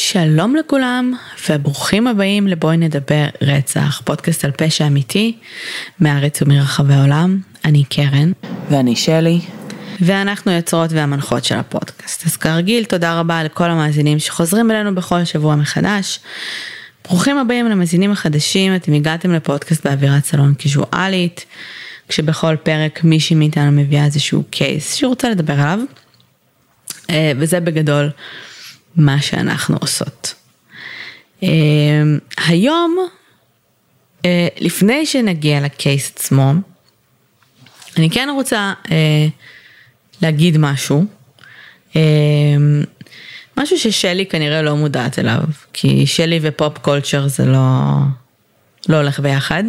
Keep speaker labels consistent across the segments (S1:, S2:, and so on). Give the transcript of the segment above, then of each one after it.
S1: שלום לכולם וברוכים הבאים לבואי נדבר רצח, פודקאסט על פשע אמיתי מארץ ומרחבי העולם. אני קרן
S2: ואני שלי
S1: ואנחנו יוצרות והמנחות של הפודקאסט. אז כרגיל תודה רבה לכל המאזינים שחוזרים אלינו בכל שבוע מחדש. ברוכים הבאים למאזינים החדשים, אתם הגעתם לפודקאסט באווירת סלון קיזואלית, כשבכל פרק מישהי מאיתנו מביאה איזשהו קייס שהיא רוצה לדבר עליו, וזה בגדול מה שאנחנו עושות. היום, לפני שנגיע לקייס עצמו, אני כן רוצה להגיד משהו, משהו ששלי כנראה לא מודעת אליו, כי שלי ופופ קולצ'ר זה לא הולך ביחד,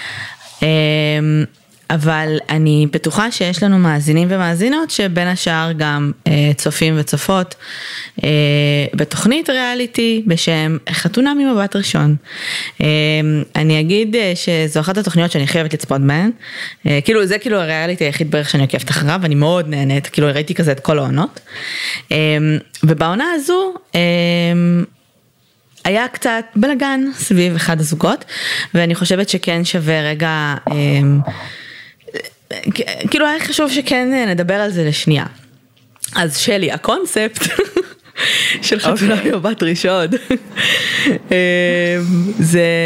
S1: אבל אני בטוחה שיש לנו מאזינים ומאזינות שבין השאר גם צופים וצופות בתוכנית ריאליטי בשם חתונה ממבט ראשון. אני אגיד שזו אחת התוכניות שאני חייבת לצפות בהן, כאילו זה כאילו הריאליטי היחיד בערך שאני עוקבת אחריו, אני מאוד נהנית, כאילו ראיתי כזה את כל העונות, ובעונה הזו היה קצת בלגן סביב אחד הזוגות, ואני חושבת שכן שווה רגע, כאילו היה חשוב שכן נדבר על זה לשנייה. אז שלי, הקונספט של חתונה ממבט ראשון, זה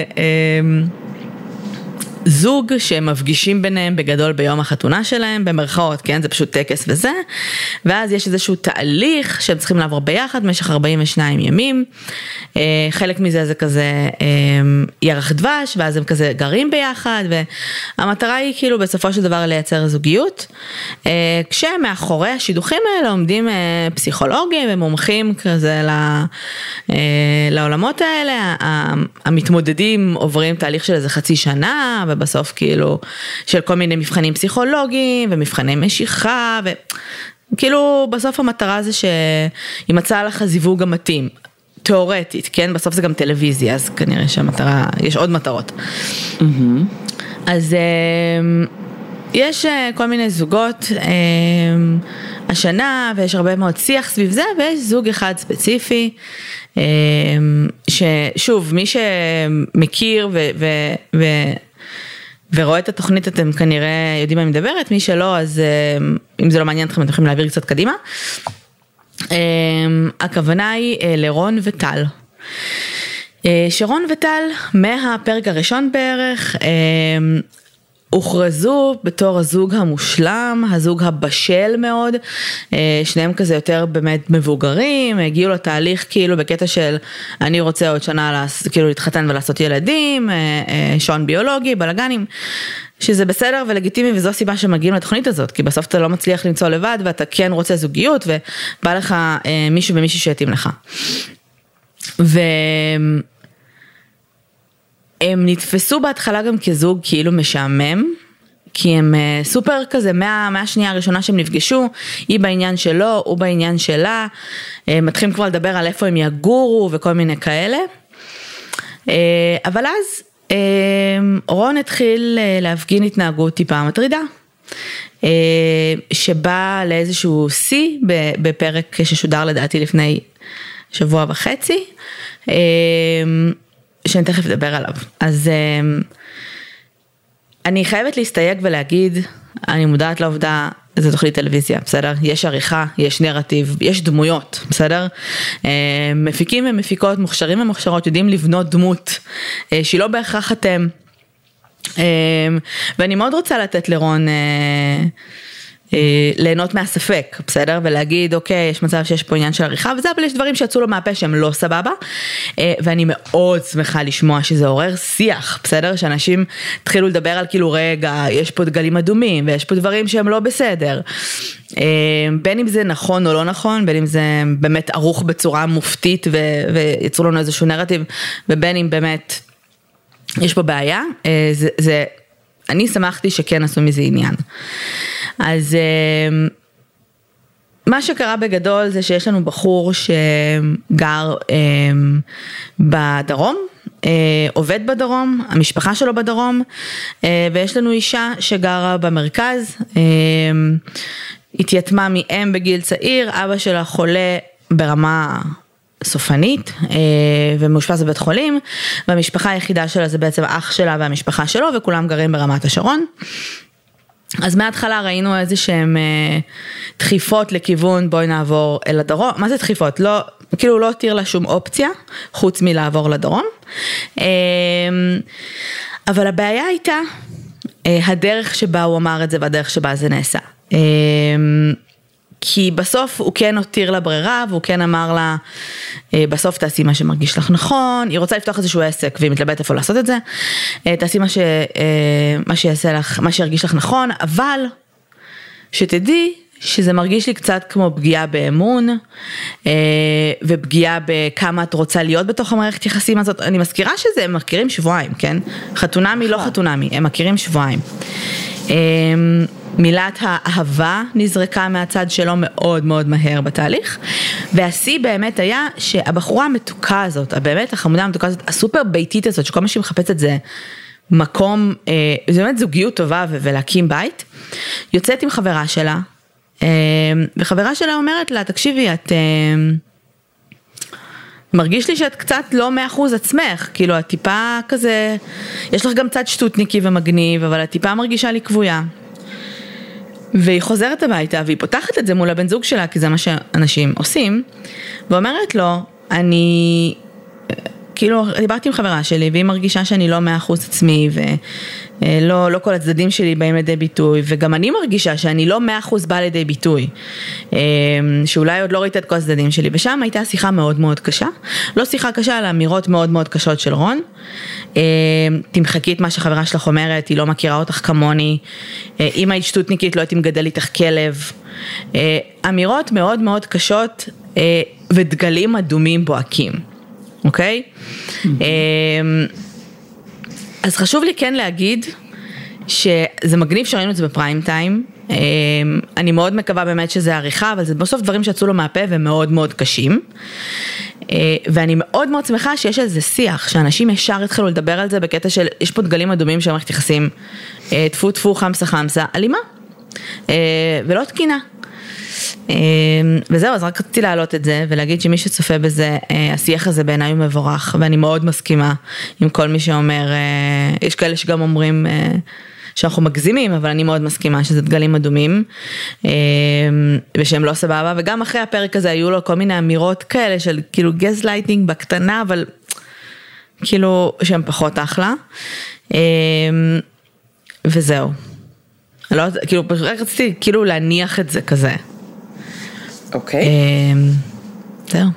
S1: זוג שמפגישים ביניהם בגדול ביום החתונה שלהם, במרכאות, כן? זה פשוט טקס וזה, ואז יש איזשהו תהליך שהם צריכים לעבור ביחד במשך 42 ימים, חלק מזה זה כזה ירח דבש, ואז הם כזה גרים ביחד, והמטרה היא כאילו בסופו של דבר לייצר זוגיות, כשמאחורי השידוכים האלה עומדים פסיכולוגים ומומחים כזה לעולמות האלה, המתמודדים עוברים תהליך של איזה חצי שנה, ובסוף כאילו של כל מיני מבחנים פסיכולוגיים ומבחני משיכה, וכאילו בסוף המטרה זה שימצא לך הזיווג המתאים, תיאורטית, כן? בסוף זה גם טלוויזיה, אז כנראה שהמטרה, יש עוד מטרות. אז יש כל מיני זוגות השנה, ויש הרבה מאוד שיח סביב זה, ויש זוג אחד ספציפי, ששוב, מי שמכיר ורואה את התוכנית, אתם כנראה יודעים מה אני מדברת, מי שלא, אז אם זה לא מעניין אתכם, אתם יכולים להעביר קצת קדימה. הכוונה היא לרון וטל. שרון וטל, מהפרק הראשון בערך, הוכרזו בתור הזוג המושלם, הזוג הבשל מאוד, שניהם כזה יותר באמת מבוגרים, הגיעו לתהליך כאילו בקטע של אני רוצה עוד שנה כאילו להתחתן ולעשות ילדים, שעון ביולוגי, בלגנים, שזה בסדר ולגיטימי, וזו הסיבה שמגיעים לתוכנית הזאת, כי בסוף אתה לא מצליח למצוא לבד, ואתה כן רוצה זוגיות, ובא לך מישהו ומישהו שיתאים לך. הם נתפסו בהתחלה גם כזוג כאילו משעמם, כי הם סופר כזה, מהשנייה הראשונה שהם נפגשו, היא בעניין שלו, הוא בעניין שלה, מתחילים כבר לדבר על איפה הם יגורו וכל מיני כאלה, אבל אז רון התחיל להפגין התנהגות טיפה מטרידה, שבא לאיזשהו שיא בפרק ששודר לדעתי לפני שבוע וחצי, שאני תכף אדבר עליו. אז אני חייבת להסתייג ולהגיד, אני מודעת לעובדה, זה תוכנית טלוויזיה, בסדר? יש עריכה, יש נרטיב, יש דמויות, בסדר? מפיקים ומפיקות, מוכשרים ומוכשרות, יודעים לבנות דמות, שהיא לא בהכרח אתם. ואני מאוד רוצה לתת לרון ליהנות מהספק, בסדר? ולהגיד, אוקיי, יש מצב שיש פה עניין של עריכה וזה, אבל יש דברים שיצאו לו מהפה שהם לא סבבה, ואני מאוד שמחה לשמוע שזה עורר שיח, בסדר? שאנשים התחילו לדבר על כאילו, רגע, יש פה דגלים אדומים, ויש פה דברים שהם לא בסדר, בין אם זה נכון או לא נכון, בין אם זה באמת ערוך בצורה מופתית, ויצרו לנו איזשהו נרטיב, ובין אם באמת יש פה בעיה, אני שמחתי שכן עשו מזה עניין. אז מה שקרה בגדול זה שיש לנו בחור שגר בדרום, עובד בדרום, המשפחה שלו בדרום, ויש לנו אישה שגרה במרכז, התייתמה מאם בגיל צעיר, אבא שלה חולה ברמה סופנית ומאושפז בבית חולים, והמשפחה היחידה שלה זה בעצם אח שלה והמשפחה שלו, וכולם גרים ברמת השרון. אז מההתחלה ראינו איזה שהם דחיפות לכיוון בואי נעבור אל הדרום. מה זה דחיפות? לא, כאילו לא הותיר לה שום אופציה חוץ מלעבור לדרום. אבל הבעיה הייתה הדרך שבה הוא אמר את זה והדרך שבה זה נעשה. כי בסוף הוא כן הותיר לה ברירה, והוא כן אמר לה, בסוף תעשי מה שמרגיש לך נכון, היא רוצה לפתוח איזשהו עסק, והיא מתלבט איפה לעשות את זה, תעשי מה שירגיש לך נכון, אבל שתדעי שזה מרגיש לי קצת כמו פגיעה באמון, ופגיעה בכמה את רוצה להיות בתוך המערכת יחסים הזאת. אני מזכירה שזה, הם מכירים שבועיים, כן? חתונמי, לא חתונמי, הם מכירים שבועיים. מילת האהבה נזרקה מהצד שלו מאוד מאוד מהר בתהליך, והשיא באמת היה שהבחורה המתוקה הזאת, באמת החמודה המתוקה הזאת, הסופר ביתית הזאת, שכל מה שהיא מחפשת זה מקום, זה באמת זוגיות טובה ולהקים בית, יוצאת עם חברה שלה, וחברה שלה אומרת לה, תקשיבי, את מרגיש לי שאת קצת לא 100% עצמך, כאילו את טיפה כזה, יש לך גם קצת שטותניקי ומגניב, אבל את טיפה מרגישה לי כבויה. והיא חוזרת הביתה, והיא פותחת את זה מול הבן זוג שלה, כי זה מה שאנשים עושים, ואומרת לו, אני, כאילו, דיברתי עם חברה שלי, והיא מרגישה שאני לא 100% עצמי, ולא כל הצדדים שלי באים לידי ביטוי, וגם אני מרגישה שאני לא 100% בא לידי ביטוי, שאולי עוד לא ראית את כל הצדדים שלי, ושם הייתה שיחה מאוד מאוד קשה, לא שיחה קשה, אלא אמירות מאוד מאוד קשות של רון, תמחקי את מה שחברה שלך אומרת, היא לא מכירה אותך כמוני, אם היית שטותניקית לא הייתי מגדל איתך כלב, אמירות מאוד מאוד קשות, ודגלים אדומים בוהקים. אוקיי? אז חשוב לי כן להגיד שזה מגניב שראינו את זה בפריים טיים, אני מאוד מקווה באמת שזה עריכה, אבל זה בסוף דברים שיצאו לו מהפה ומאוד מאוד קשים, ואני מאוד מאוד שמחה שיש איזה שיח, שאנשים ישר התחילו לדבר על זה בקטע של, יש פה דגלים אדומים שהמערכת יחסים, תפו תפו חמסה, אלימה, ולא תקינה. וזהו, אז רק רציתי להעלות את זה ולהגיד שמי שצופה בזה, השיח הזה בעיניי הוא מבורך, ואני מאוד מסכימה עם כל מי שאומר, יש כאלה שגם אומרים שאנחנו מגזימים, אבל אני מאוד מסכימה שזה דגלים אדומים, ושהם לא סבבה, וגם אחרי הפרק הזה היו לו כל מיני אמירות כאלה של כאילו גזלייטינג בקטנה, אבל כאילו שהם פחות אחלה, וזהו. לא, כאילו, רציתי כאילו להניח את זה כזה.
S2: אוקיי.
S1: זהו.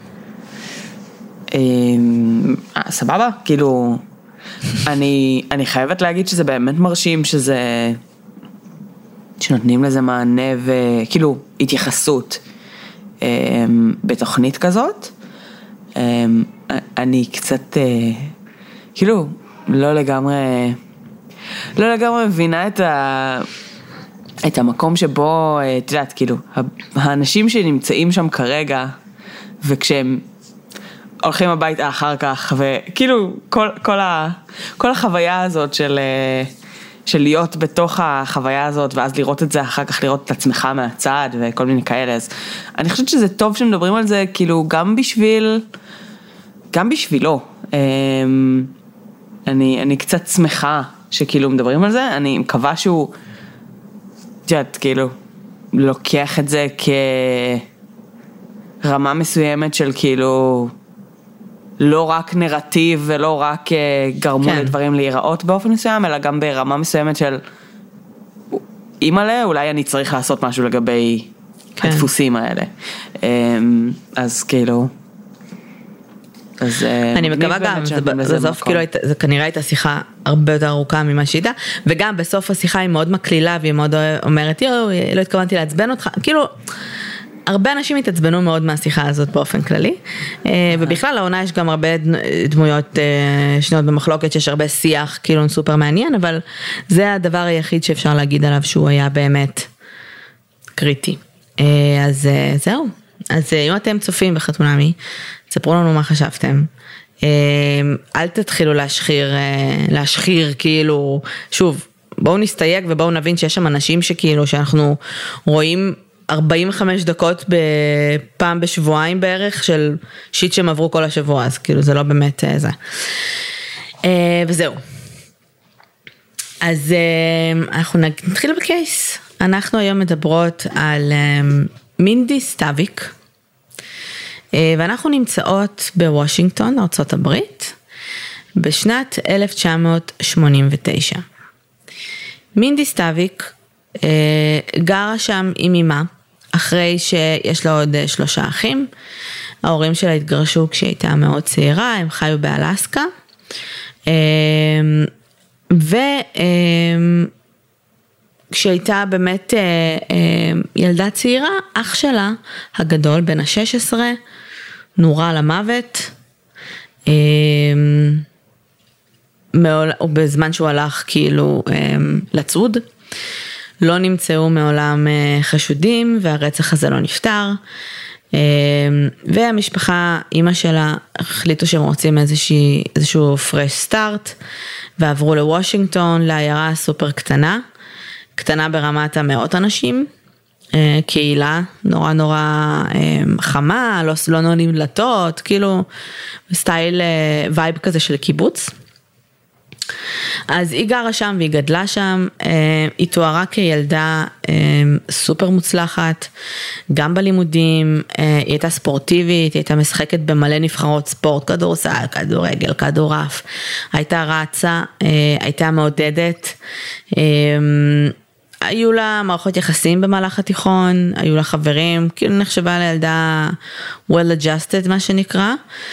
S2: סבבה, כאילו, אני חייבת להגיד שזה באמת מרשים, שנותנים לזה מענה וכאילו התייחסות בתוכנית כזאת. אני קצת, כאילו, לא לגמרי מבינה את המקום שבו, את יודעת, כאילו, האנשים שנמצאים שם כרגע, וכשהם הולכים הביתה אחר כך, וכאילו, כל החוויה הזאת של להיות בתוך החוויה הזאת, ואז לראות את זה אחר כך, לראות את עצמך מהצד, וכל מיני כאלה, אז אני חושבת שזה טוב שמדברים על זה, כאילו, גם בשבילו. אני קצת שמחה שכאילו מדברים על זה, אני מקווה שהוא, יודעת, כאילו, לוקח את זה כרמה מסוימת של כאילו, לא רק נרטיב ולא רק גרמו לדברים להיראות באופן מסוים, אלא גם ברמה מסוימת של, אימא'לה, אולי אני צריך לעשות משהו לגבי הדפוסים האלה. אז כאילו,
S1: אני מקווה גם, בסוף כאילו זה כנראה הייתה שיחה הרבה יותר ארוכה ממה שהייתה, וגם בסוף השיחה היא מאוד מקלילה, והיא מאוד אומרת, לא התכוונתי לעצבן אותך, כאילו, הרבה אנשים התעצבנו מאוד מהשיחה הזאת באופן כללי, ובכלל לעונה יש גם הרבה דמויות שניות במחלוקת, שיש הרבה שיח כאילו סופר מעניין, אבל זה הדבר היחיד שאפשר להגיד עליו שהוא היה באמת קריטי. אז זהו, אז אם אתם צופים בחתונמי, תספרו לנו מה חשבתם, אל תתחילו להשחיר כאילו, שוב, בואו נסתייג ובואו נבין שיש שם אנשים שכאילו, שאנחנו רואים 45 דקות פעם בשבועיים בערך של שיט שהם עברו כל השבוע, אז כאילו זה לא באמת זה. וזהו. אז אנחנו נתחיל בקייס. אנחנו היום מדברות על מינדי סטאביק, ואנחנו נמצאות בוושינגטון, ארצות הברית, בשנת 1989. מינדי סטאביק גרה שם עם אמא, אחרי שיש לה עוד 3 אחים. ההורים שלה התגרשו כשהיא הייתה מאוד צעירה, הם חיו באלסקה. וכשהייתה באמת ילדה צעירה, אח שלה הגדול, בן ה-16, נורה למוות, בזמן שהוא הלך כאילו לצוד. לא נמצאו מעולם חשודים, והרצח הזה לא נפטר. והמשפחה, אמא שלה, החליטו שהם רוצים איזשהו fresh start, ועברו לוושינגטון, לעיירה סופר קטנה, קטנה ברמת המאות אנשים, קהילה נורא נורא חמה, לא נונים דלתות, כאילו סטייל וייב כזה של קיבוץ. אז היא גרה שם והיא גדלה שם, היא תוארה כילדה סופר מוצלחת, גם בלימודים, היא הייתה ספורטיבית, היא הייתה משחקת במלא נבחרות ספורט, כדורסל, כדורגל, כדורעף, הייתה רצה, הייתה מעודדת, היו לה מערכות יחסים במהלך התיכון, היו לה חברים, כאילו נחשבה לילדה well adjusted מה שנקרא,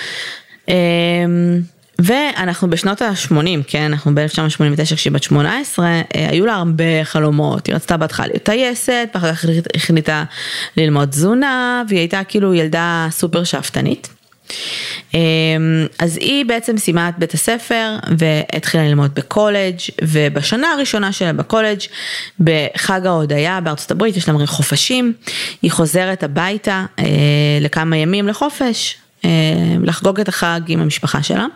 S1: ואנחנו בשנות ה-80, כן, אנחנו ב-1989 כשהיא בת 18, היו לה הרבה חלומות, היא רצתה בהתחלה להיות טייסת, ואחר כך החליטה ללמוד תזונה, והיא הייתה כאילו ילדה סופר שאפתנית. אז היא בעצם סיימה את בית הספר, והתחילה ללמוד בקולג', ובשנה הראשונה שלה בקולג', בחג ההודיה בארצות הברית, יש לה חופשים, היא חוזרת הביתה לכמה ימים לחופש, לחגוג את החג עם המשפחה שלה.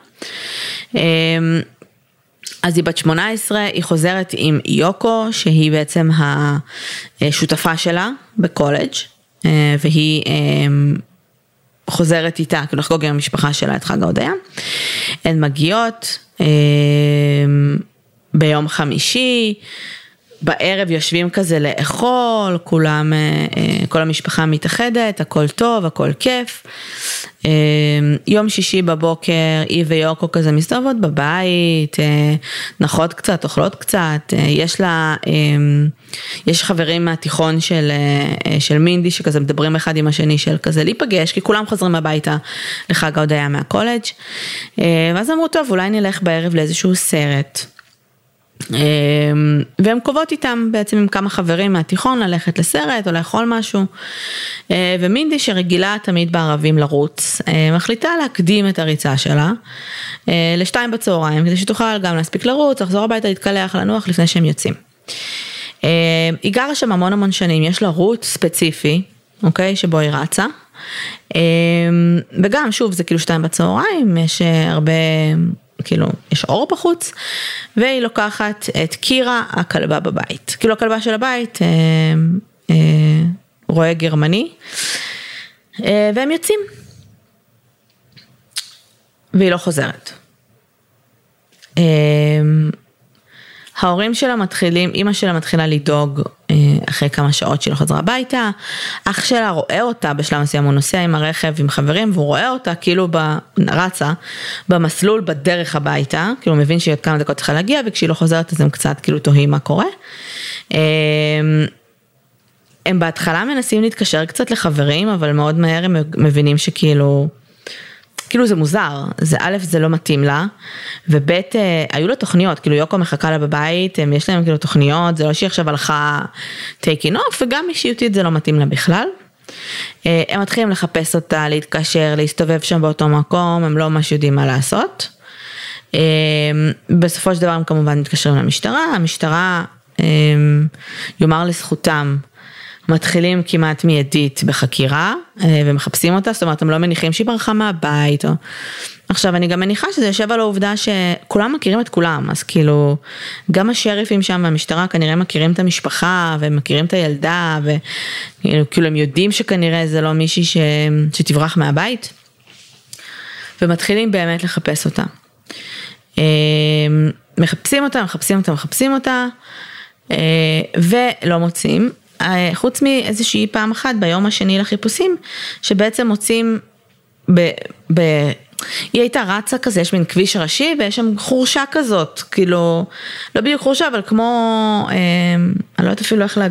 S1: אז היא בת 18, היא חוזרת עם יוקו, שהיא בעצם השותפה שלה בקולג', והיא חוזרת איתה, כאילו לחגוג עם המשפחה שלה את חג ההודיה. הן מגיעות ביום חמישי, בערב יושבים כזה לאכול, כולם, כל המשפחה מתאחדת, הכל טוב, הכל כיף. יום שישי בבוקר, היא ויוקו כזה מסתובבות בבית, נחות קצת, אוכלות קצת, יש חברים מהתיכון של מינדי, שכזה מדברים אחד עם השני של כזה להיפגש, כי כולם חוזרים הביתה לחג ההודיה מהקולג'. ואז אמרו, טוב, אולי נלך בערב לאיזשהו סרט. והם קובעות איתם בעצם עם כמה חברים מהתיכון ללכת לסרט או לאכול משהו, ומינדי שרגילה תמיד בערבים לרוץ, מחליטה להקדים את הריצה שלה ל2 בצהריים, כדי שתוכל גם להספיק לרוץ, לחזור הביתה, להתקלח, לנוח לפני שהם יוצאים. היא גרה שם המון שנים, יש לה רוץ ספציפי, אוקיי, שבו היא רצה, וגם שוב זה כאילו 2 בצהריים, יש הרבה, כאילו, יש אור בחוץ, והיא לוקחת את קירה, הכלבה בבית. כאילו, הכלבה של הבית, רואה גרמני, והם יוצאים. והיא לא חוזרת. ההורים שלה מתחילים, אמא שלה מתחילה לדאוג אחרי כמה שעות שהיא לא חזרה הביתה, אח שלה רואה אותה בשלב מסוים, הוא נוסע עם הרכב עם חברים, והוא רואה אותה כאילו רצה במסלול בדרך הביתה, כאילו הוא מבין שהיא עוד כמה דקות צריכה להגיע, וכשהיא לא חוזרת אז הם קצת כאילו תוהים מה קורה. הם בהתחלה מנסים להתקשר קצת לחברים, אבל מאוד מהר הם מבינים שכאילו, כאילו זה מוזר, זה א' זה לא מתאים לה, וב' היו לה תוכניות, כאילו יוקו מחכה לה בבית, יש להם כאילו תוכניות, זה לא שהיא עכשיו הלכה taking off, וגם אישיותית זה לא מתאים לה בכלל. הם מתחילים לחפש אותה, להתקשר, להסתובב שם באותו מקום, הם לא ממש יודעים מה לעשות. בסופו של דבר הם כמובן מתקשרים למשטרה, המשטרה יאמר לזכותם, מתחילים כמעט מיידית בחקירה, ומחפשים אותה, זאת אומרת, הם לא מניחים שהיא ברחה מהבית, עכשיו אני גם מניחה שזה יושב על העובדה שכולם מכירים את כולם, אז כאילו גם השריפים שם והמשטרה כנראה מכירים את המשפחה ומכירים את הילדה וכאילו הם יודעים שכנראה זה לא מישהי שתברח מהבית ומתחילים באמת לחפש אותה. מחפשים אותה ולא מוצאים, חוץ מאיזושהי פעם אחת ביום השני לחיפושים שבעצם מוצאים היא הייתה רצה כזה, יש מין כביש ראשי ויש שם חורשה כזאת, כאילו, לא בדיוק חורשה, אבל כמו, אני לא יודעת אפילו איך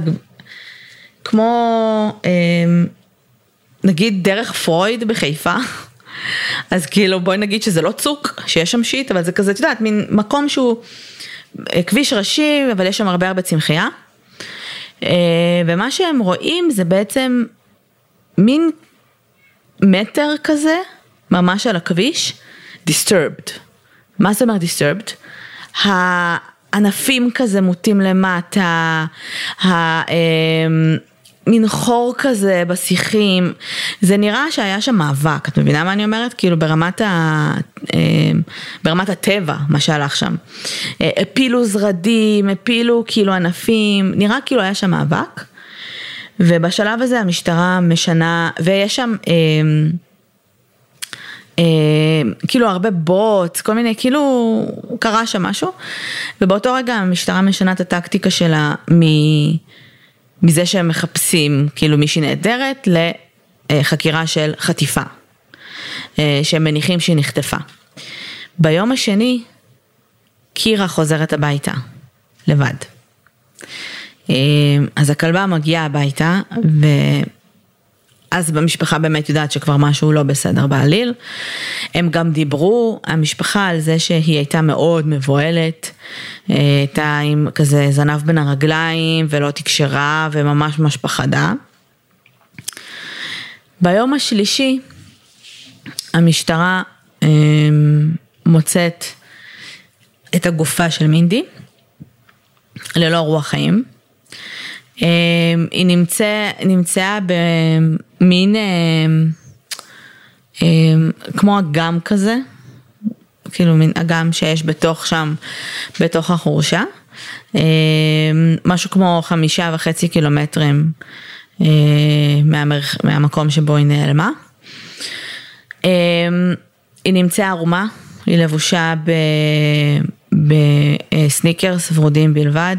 S1: כמו, נגיד דרך פרויד בחיפה, אז כאילו בואי נגיד שזה לא צוק, שיש שם שיט, אבל זה כזה, את יודעת, מין מקום שהוא כביש ראשי, אבל יש שם הרבה צמחייה, ומה שהם רואים זה בעצם מין מטר כזה, ממש על הכביש, disturbed. מה זה אומר disturbed? הענפים כזה מוטים למטה, מין חור כזה בשיחים, זה נראה שהיה שם מאבק, את מבינה מה אני אומרת? כאילו ברמת הטבע, מה שהלך שם. הפילו זרדים, הפילו כאילו ענפים, נראה כאילו היה שם מאבק, ובשלב הזה המשטרה משנה, ויש שם כאילו הרבה בוט, כל מיני, כאילו קרה שם משהו, ובאותו רגע המשטרה משנה את הטקטיקה שלה מזה שהם מחפשים כאילו מישהי נהדרת לחקירה של חטיפה, שהם מניחים שהיא נחטפה. ביום השני קירה חוזרת הביתה לבד. אז הכלבה מגיעה הביתה אז במשפחה באמת יודעת שכבר משהו לא בסדר בעליל. הם גם דיברו, המשפחה, על זה שהיא הייתה מאוד מבועלת, הייתה עם כזה זנב בין הרגליים ולא תקשרה וממש ממש פחדה. ביום השלישי המשטרה מוצאת את הגופה של מינדי ללא רוח חיים. היא נמצאה במין כמו אגם כזה, כאילו מין אגם שיש בתוך שם, בתוך החורשה, משהו כמו 5.5 קילומטרים מהמקום שבו היא נעלמה. היא נמצאה ערומה, היא לבושה בסניקרס ורודים בלבד,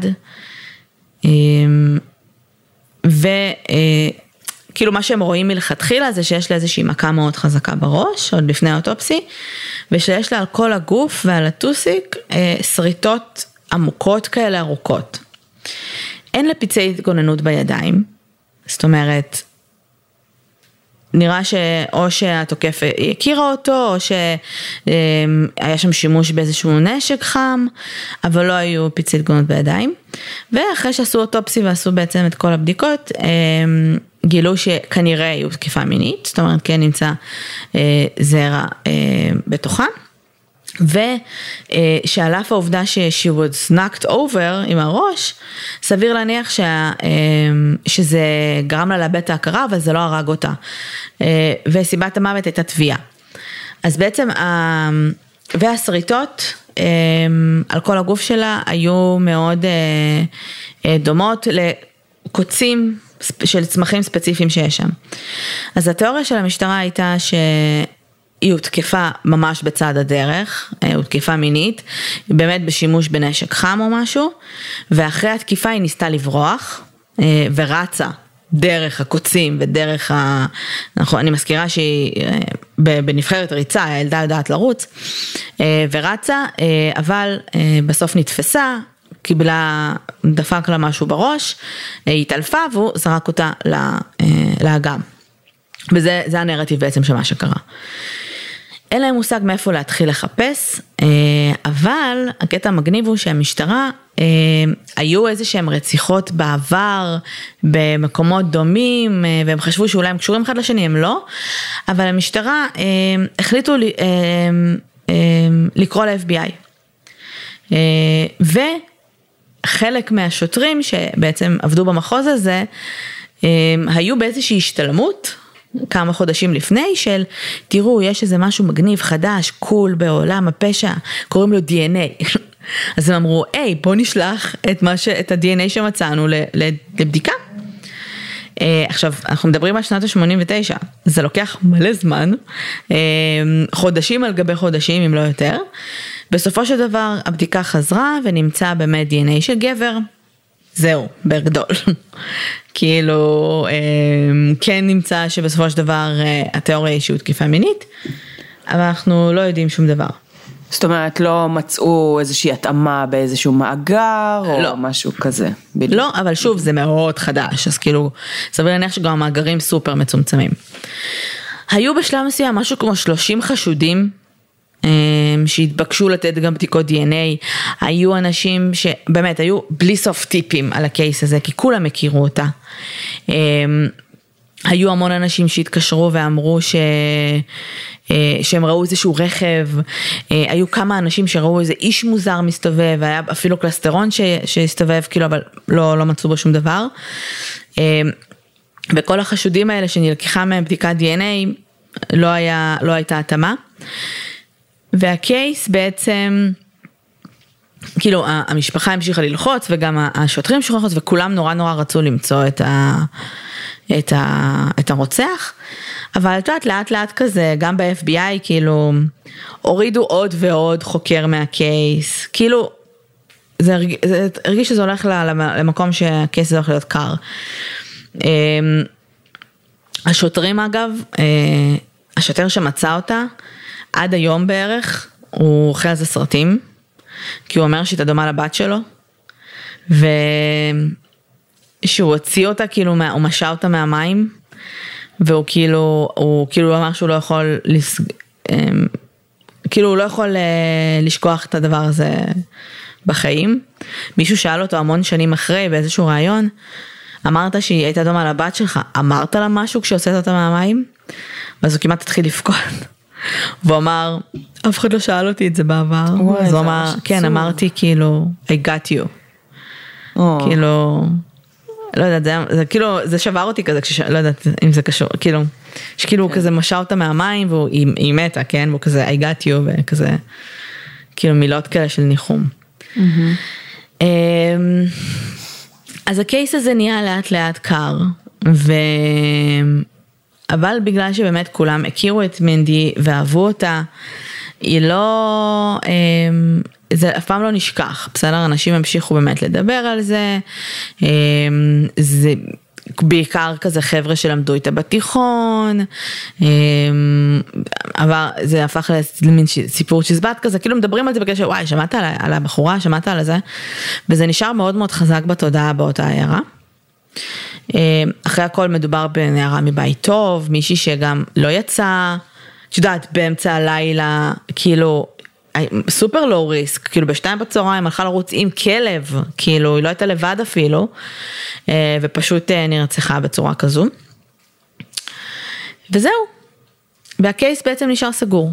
S1: וכאילו מה שהם רואים מלכתחילה זה שיש לה איזושהי מכה מאוד חזקה בראש, עוד לפני האוטופסי, ושיש לה על כל הגוף ועל הטוסיק שריטות עמוקות כאלה ארוכות. אין לה פצעי התגוננות בידיים, זאת אומרת, נראה שאו שהתוקף הכירה אותו, או שהיה שם שימוש באיזשהו נשק חם, אבל לא היו פצעי התגוננות בידיים. ואחרי שעשו אוטופסי ועשו בעצם את כל הבדיקות, גילו שכנראה היו תקיפה מינית, זאת אומרת כן נמצא זרע בתוכה, ושעל אף העובדה she was knocked over עם הראש, סביר להניח שזה גרם לה לאבד את ההכרה, אבל זה לא הרג אותה. וסיבת המוות הייתה תביעה. אז בעצם, והשריטות על כל הגוף שלה היו מאוד דומות לקוצים של צמחים ספציפיים שיש שם. אז התיאוריה של המשטרה הייתה היא הותקפה ממש בצד הדרך, הותקפה מינית, באמת בשימוש בנשק חם או משהו, ואחרי התקיפה היא ניסתה לברוח, ורצה דרך הקוצים ודרך אני מזכירה שהיא בנבחרת ריצה, הילדה יודעת לרוץ, ורצה, אבל בסוף נתפסה, קיבלה, דפק לה משהו בראש, היא התעלפה והוא זרק אותה לאגם. וזה הנרטיב בעצם של מה שקרה. אין להם מושג מאיפה להתחיל לחפש, אבל הקטע המגניב הוא שהמשטרה, היו איזה שהם רציחות בעבר, במקומות דומים, והם חשבו שאולי הם קשורים אחד לשני, הם לא, אבל המשטרה החליטו לקרוא ל-FBI. וחלק מהשוטרים שבעצם עבדו במחוז הזה, היו באיזושהי השתלמות, כמה חודשים לפני של, תראו, יש איזה משהו מגניב, חדש, קול בעולם הפשע, קוראים לו DNA. אז הם אמרו, היי, בוא נשלח את ה-DNA שמצאנו לבדיקה. עכשיו, אנחנו מדברים על שנת ה-89, זה לוקח מלא זמן, חודשים על גבי חודשים, אם לא יותר. בסופו של דבר, הבדיקה חזרה ונמצא באמת DNA של גבר, זהו, בגדול. כאילו, כן נמצא שבסופו של דבר התיאוריה היא שהוא תקיפה מינית, אבל אנחנו לא יודעים שום דבר.
S2: זאת אומרת, לא מצאו איזושהי התאמה באיזשהו מאגר, או משהו כזה.
S1: לא, אבל שוב, זה מאוד חדש, אז כאילו, סביר להניח שגם המאגרים סופר מצומצמים. היו בשלב מסוים משהו כמו 30 חשודים, שהתבקשו לתת גם בדיקות DNA, היו אנשים שבאמת היו בלי סוף טיפים על הקייס הזה, כי כולם הכירו אותה. היו המון אנשים שהתקשרו ואמרו שהם ראו איזשהו רכב, היו כמה אנשים שראו איזה איש מוזר מסתובב, והיה אפילו קלסטרון שהסתובב, כאילו, אבל לא מצאו בו שום דבר. וכל החשודים האלה שנלקחה מהם בדיקת DNA, לא הייתה התאמה. והקייס בעצם, כאילו, המשפחה המשיכה ללחוץ, וגם השוטרים המשיכו ללחוץ, וכולם נורא רצו למצוא את הרוצח, אבל את יודעת, לאט לאט כזה, גם ב-FBI, כאילו, הורידו עוד ועוד חוקר מהקייס, כאילו, זה הרגיש שזה הולך למקום שהקייס הזה הולך להיות קר. השוטרים אגב, השוטר שמצא אותה, עד היום בערך, הוא אוכל על זה סרטים, כי הוא אומר שהיא דומה לבת שלו, שהוא הוציא אותה, כאילו, הוא משע אותה מהמים, והוא כאילו אמר שהוא לא יכול, כאילו הוא לא יכול לשכוח את הדבר הזה בחיים. מישהו שאל אותו המון שנים אחרי, באיזשהו רעיון, אמרת שהיא הייתה דומה לבת שלך, אמרת לה משהו כשהוצאת אותה מהמים? ואז הוא כמעט התחיל לפקוד. והוא אמר, אף אחד לא שאל אותי את זה בעבר. אז הוא אמר, כן, אמרתי כאילו, I got you. כאילו, לא יודעת, זה כאילו, זה שבר אותי כזה, לא יודעת אם זה קשור, כאילו, שכאילו הוא כזה משע אותה מהמים, והיא מתה, כן, והוא כזה, I got you, וכזה, כאילו מילות כאלה של ניחום. אז הקייס הזה נהיה לאט לאט קר, אבל בגלל שבאמת כולם הכירו את מנדי ואהבו אותה, היא לא, זה אף פעם לא נשכח, בסדר? אנשים המשיכו באמת לדבר על זה, זה בעיקר כזה חבר'ה שלמדו איתה בתיכון, אבל זה הפך למין סיפור צ'יזבט כזה, כאילו מדברים על זה בגלל שוואי, שמעת על הבחורה, שמעת על זה, וזה נשאר מאוד מאוד חזק בתודעה באותה העיירה. אחרי הכל מדובר בנערה מבית טוב, מישהי שגם לא יצאה, את יודעת, באמצע הלילה, כאילו, סופר לא ריסק, כאילו בשתיים בצהריים הלכה לרוץ עם כלב, כאילו היא לא הייתה לבד אפילו, ופשוט נרצחה בצורה כזו. וזהו, והקייס בעצם נשאר סגור.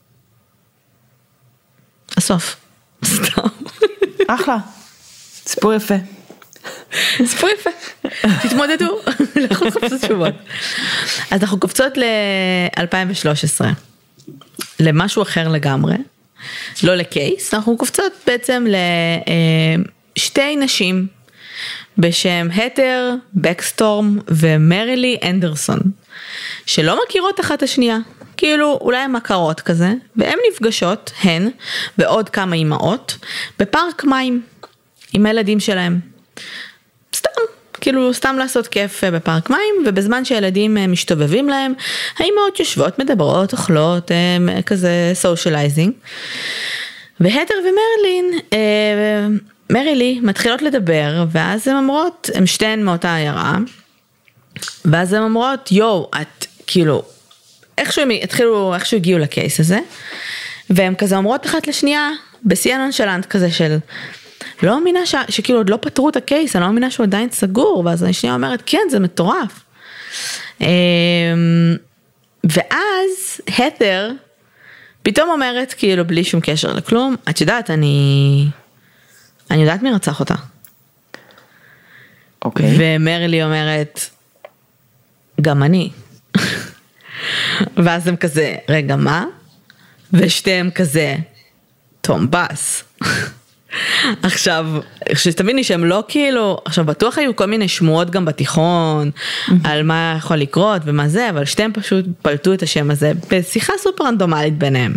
S1: הסוף. סתם.
S2: אחלה, סיפור יפה.
S1: סיפור יפה, תתמודדו, לכו לחפש תשובות. אז אנחנו קופצות ל-2013, למשהו אחר לגמרי, לא לקייס, אנחנו קופצות בעצם לשתי נשים, בשם התר בקסטורם ומרילי אנדרסון, שלא מכירות אחת השנייה, כאילו אולי הן מכרות כזה, והן נפגשות, הן ועוד כמה אימהות, בפארק מים, עם הילדים שלהם. סתם, כאילו סתם לעשות כיף בפארק מים, ובזמן שהילדים משתובבים להם, האימהות יושבות, מדברות, אוכלות, כזה סושיאלייזינג. והתר ומרילין, מרילי מתחילות לדבר, ואז הן אומרות, הן שתיהן מאותה עיירה, ואז הן אומרות, יו, את כאילו, איכשהו הגיעו לקייס הזה, והן כזה אומרות אחת לשנייה, בשיא הנונשלנט כזה של, לא מאמינה שכאילו עוד לא פתרו את הקייס, אני לא מאמינה שהוא עדיין סגור, ואז אני שנייה אומרת, כן, זה מטורף. ואז התר פתאום אומרת, כאילו בלי שום קשר לכלום, את יודעת, אני יודעת מי רצח אותה.
S2: אוקיי.
S1: ומרילי אומרת, גם אני. ואז הם כזה, רגע, מה? ושתיהם כזה, תום בס. עכשיו, שתביני שהם לא כאילו, עכשיו בטוח היו כל מיני שמועות גם בתיכון, על מה יכול לקרות ומה זה, אבל שתיהם פשוט פלטו את השם הזה, בשיחה סופר רנדומלית ביניהם.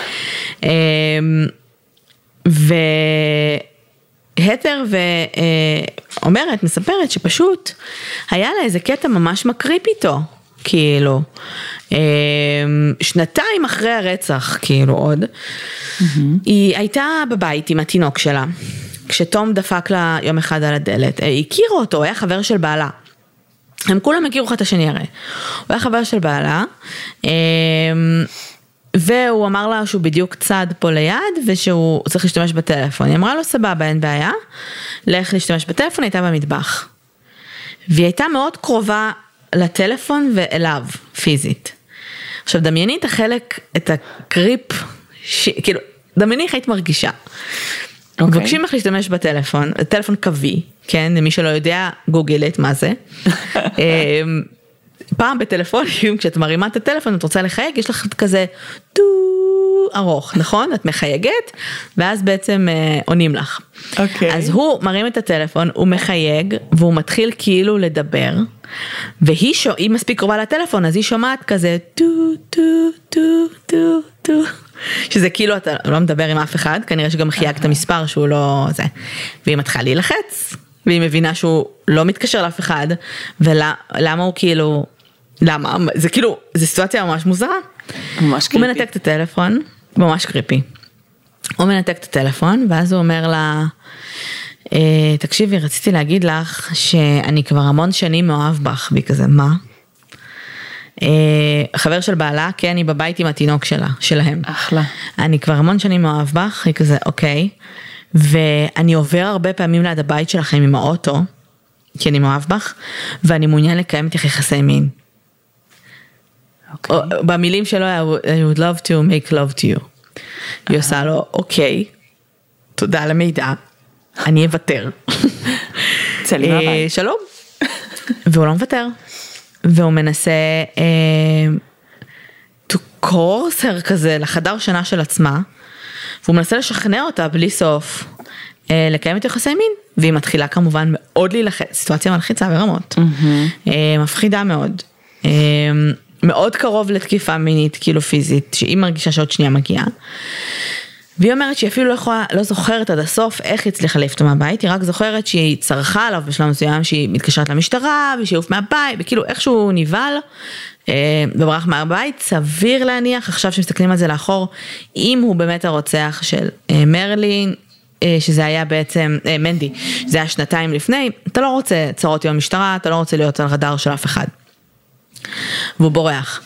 S1: והתר ואומרת, מספרת שפשוט היה לה איזה קטע ממש מקריפ איתו, כאילו, שנתיים אחרי הרצח, כאילו עוד, היא הייתה בבית עם התינוק שלה, כשתום דפק לה יום אחד על הדלת, היא הכירה אותו, הוא היה חבר של בעלה, הם כולם הכירו לך את השני הרי, הוא היה חבר של בעלה, והוא אמר לה שהוא בדיוק צד פה ליד, ושהוא צריך להשתמש בטלפון, היא אמרה לו סבבה, אין בעיה, לך להשתמש בטלפון, הייתה במטבח, והיא הייתה מאוד קרובה לטלפון ואליו, פיזית. עכשיו, דמייני את החלק, את הקריפ, כאילו, דמייני איך היית מרגישה. מבקשים לך להשתמש בטלפון, טלפון קווי, כן, למי שלא יודע, גוגלת, מה זה. פעם בטלפונים, כשאת מרימה את הטלפון, את רוצה לחייג, יש לך כזה טו ארוך, נכון? את מחייגת, ואז בעצם עונים לך. אז הוא מרים את הטלפון, הוא מחייג, והוא מתחיל כאילו לדבר, והיא מספיק קרובה לטלפון, אז היא שומעת כזה טו טו טו טו טו, שזה כאילו אתה לא מדבר עם אף אחד, כנראה שגם חייג את המספר שהוא לא זה, והיא מתחילה להילחץ, והיא מבינה שהוא לא מתקשר לאף אחד, ולמה הוא כאילו, למה? זה כאילו, זו סיטואציה ממש מוזרה.
S2: ממש קריפי.
S1: הוא מנתק את הטלפון, ממש קריפי. הוא מנתק את הטלפון, ואז הוא אומר לה, תקשיבי, רציתי להגיד לך, שאני כבר המון שנים מאוהב בך, בי כזה, מה? חבר של בעלה, כן, היא בבית עם התינוק שלה, שלהם.
S2: אחלה.
S1: אני כבר המון שנים מאוהב בך, היא כזה, אוקיי. ואני עובר הרבה פעמים ליד הבית שלכם עם האוטו, כי אני מאוהב בך, ואני מעוניין לקיים את יחסי מין. במילים שלו, I would love to make love to you. היא עושה לו, אוקיי, תודה על המידע, אני אוותר.
S2: צלים הבית.
S1: שלום. והוא לא מוותר. והוא מנסה to course her כזה לחדר שינה של עצמה, והוא מנסה לשכנע אותה בלי סוף לקיים את יחסי מין, והיא מתחילה כמובן מאוד להילחץ, סיטואציה מלחיצה ברמות, מפחידה מאוד, מאוד קרוב לתקיפה מינית כאילו פיזית, שהיא מרגישה שעוד שנייה מגיעה, והיא אומרת שהיא אפילו לא זוכרת עד הסוף איך היא הצליחה להעיף אותו מהבית, היא רק זוכרת שהיא צרחה עליו בשלב מסוים שהיא מתקשרת למשטרה, ושיעוף מהבית, וכאילו איכשהו ניבל, וברח מהבית, סביר להניח, עכשיו שמסתכלים על זה לאחור, אם הוא באמת הרוצח של מרלין, שזה היה בעצם, מנדי, שזה היה שנתיים לפני, אתה לא רוצה צרות עם המשטרה, אתה לא רוצה להיות על רדאר של אף אחד. והוא בורח.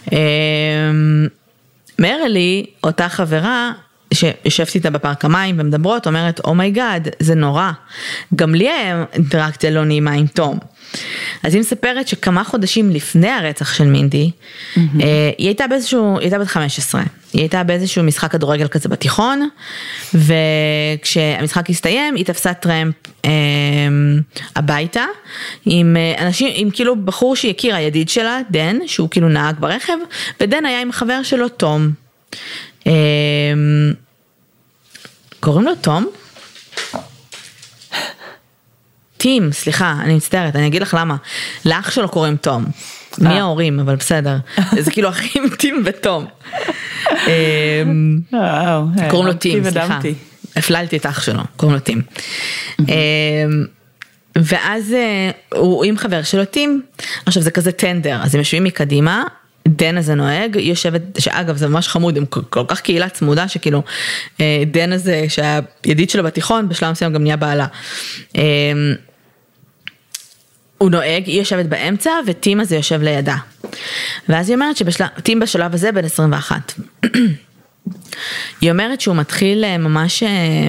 S1: מרלי, אותה חברה, שישבתי איתה בפארק המים ומדברות, אומרת, אומייגאד, זה נורא. גם לי היה אינטראקציה לא נעימה עם תום. אז היא מספרת שכמה חודשים לפני הרצח של מינדי, היא הייתה בת 15, היא הייתה באיזשהו משחק כדורגל כזה בתיכון, וכשהמשחק הסתיים, היא תפסה טרמפ הביתה, עם אנשים, עם כאילו בחור שהיא הכירה, ידיד שלה, דן, שהוא כאילו נהג ברכב, ודן היה עם חבר שלו, תום. קוראים לו תום? טים, סליחה, אני מצטערת, אני אגיד לך למה. לאח שלו קוראים תום. מי ההורים, אבל בסדר. זה כאילו אחים טים ותום. קוראים לו טים, סליחה. הפללתי את אח שלו, קוראים לו טים. ואז הוא עם חבר שלו טים, עכשיו זה כזה טנדר, אז הם יושבים מקדימה, דן הזה נוהג, היא יושבת, שאגב זה ממש חמוד, הם כל כך קהילה צמודה, שכאילו דן הזה, שהידיד שלו בתיכון, בשלב מסוים גם נהיה בעלה. הוא נוהג, היא יושבת באמצע, וטים הזה יושב לידה. ואז היא אומרת שטים בשלב הזה בין 21. היא אומרת שהוא מתחיל ממש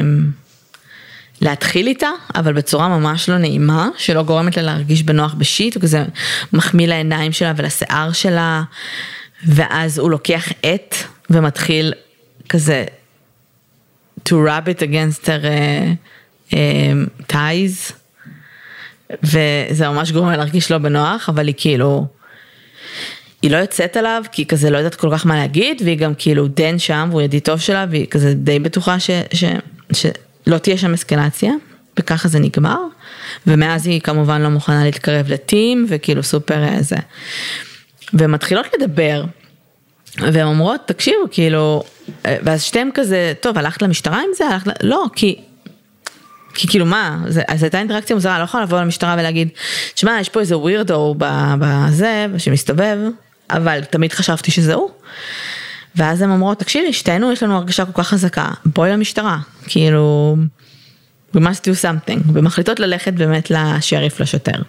S1: להתחיל איתה, אבל בצורה ממש לא נעימה, שלא גורמת לה להרגיש בנוח בשיט, הוא כזה מחמיא לעיניים שלה ולשיער שלה, ואז הוא לוקח את, ומתחיל כזה, to rub it against her thighs, וזה ממש גורם לה להרגיש לא בנוח, אבל היא כאילו, היא לא יוצאת עליו, כי היא כזה לא יודעת כל כך מה להגיד, והיא גם כאילו דן שם, והוא ידיד טוב שלה, והיא כזה די בטוחה שלא תהיה שם אסקלציה, וככה זה נגמר, ומאז היא כמובן לא מוכנה להתקרב לטים, וכאילו סופר זה. והן מתחילות לדבר, והן אומרות, תקשיבו, כאילו, ואז שתיהם כזה, טוב, הלכת למשטרה עם זה? לא, כי כאילו מה, אז הייתה אינטראקציה מוזרה, לא יכולה לבוא למשטרה ולהגיד, שמע, יש פה איזה ווירדו בזה, שמסתובב, אבל תמיד חשבתי שזה הוא. ואז הן אומרות, תקשיבי, שתינו, יש לנו הרגשה כל כך חזקה, בואי למשטרה, כאילו, we must do something, ומחליטות ללכת באמת לשריף, לשוטר.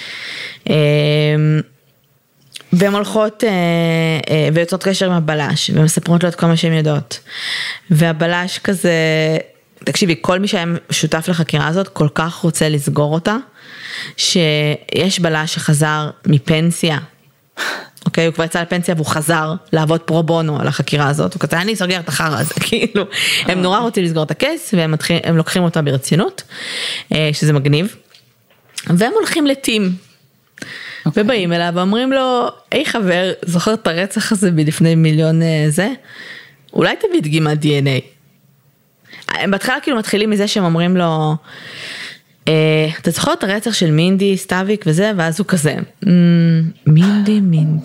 S1: והן הולכות ויוצאות קשר עם הבלש, ומספרות לו את כל מה שהן יודעות. והבלש כזה, תקשיבי, כל מי שהיה שותף לחקירה הזאת, כל כך רוצה לסגור אותה, שיש בלש שחזר מפנסיה, אוקיי, הוא כבר יצא לפנסיה והוא חזר לעבוד פרו בונו על החקירה הזאת, הוא כזה, אני סוגר את החרא הזה, כאילו, הם נורא רוצים לסגור את הקייס, והם לוקחים אותה ברצינות, שזה מגניב, והם הולכים לטים, ובאים אליו ואומרים לו, היי חבר, זוכר את הרצח הזה מלפני מיליון זה? אולי תביא דגימת DNA. הם בהתחלה כאילו מתחילים מזה שהם אומרים לו, אתה זוכר את הרצח של מינדי, סטאביק וזה, ואז הוא כזה, מינדי.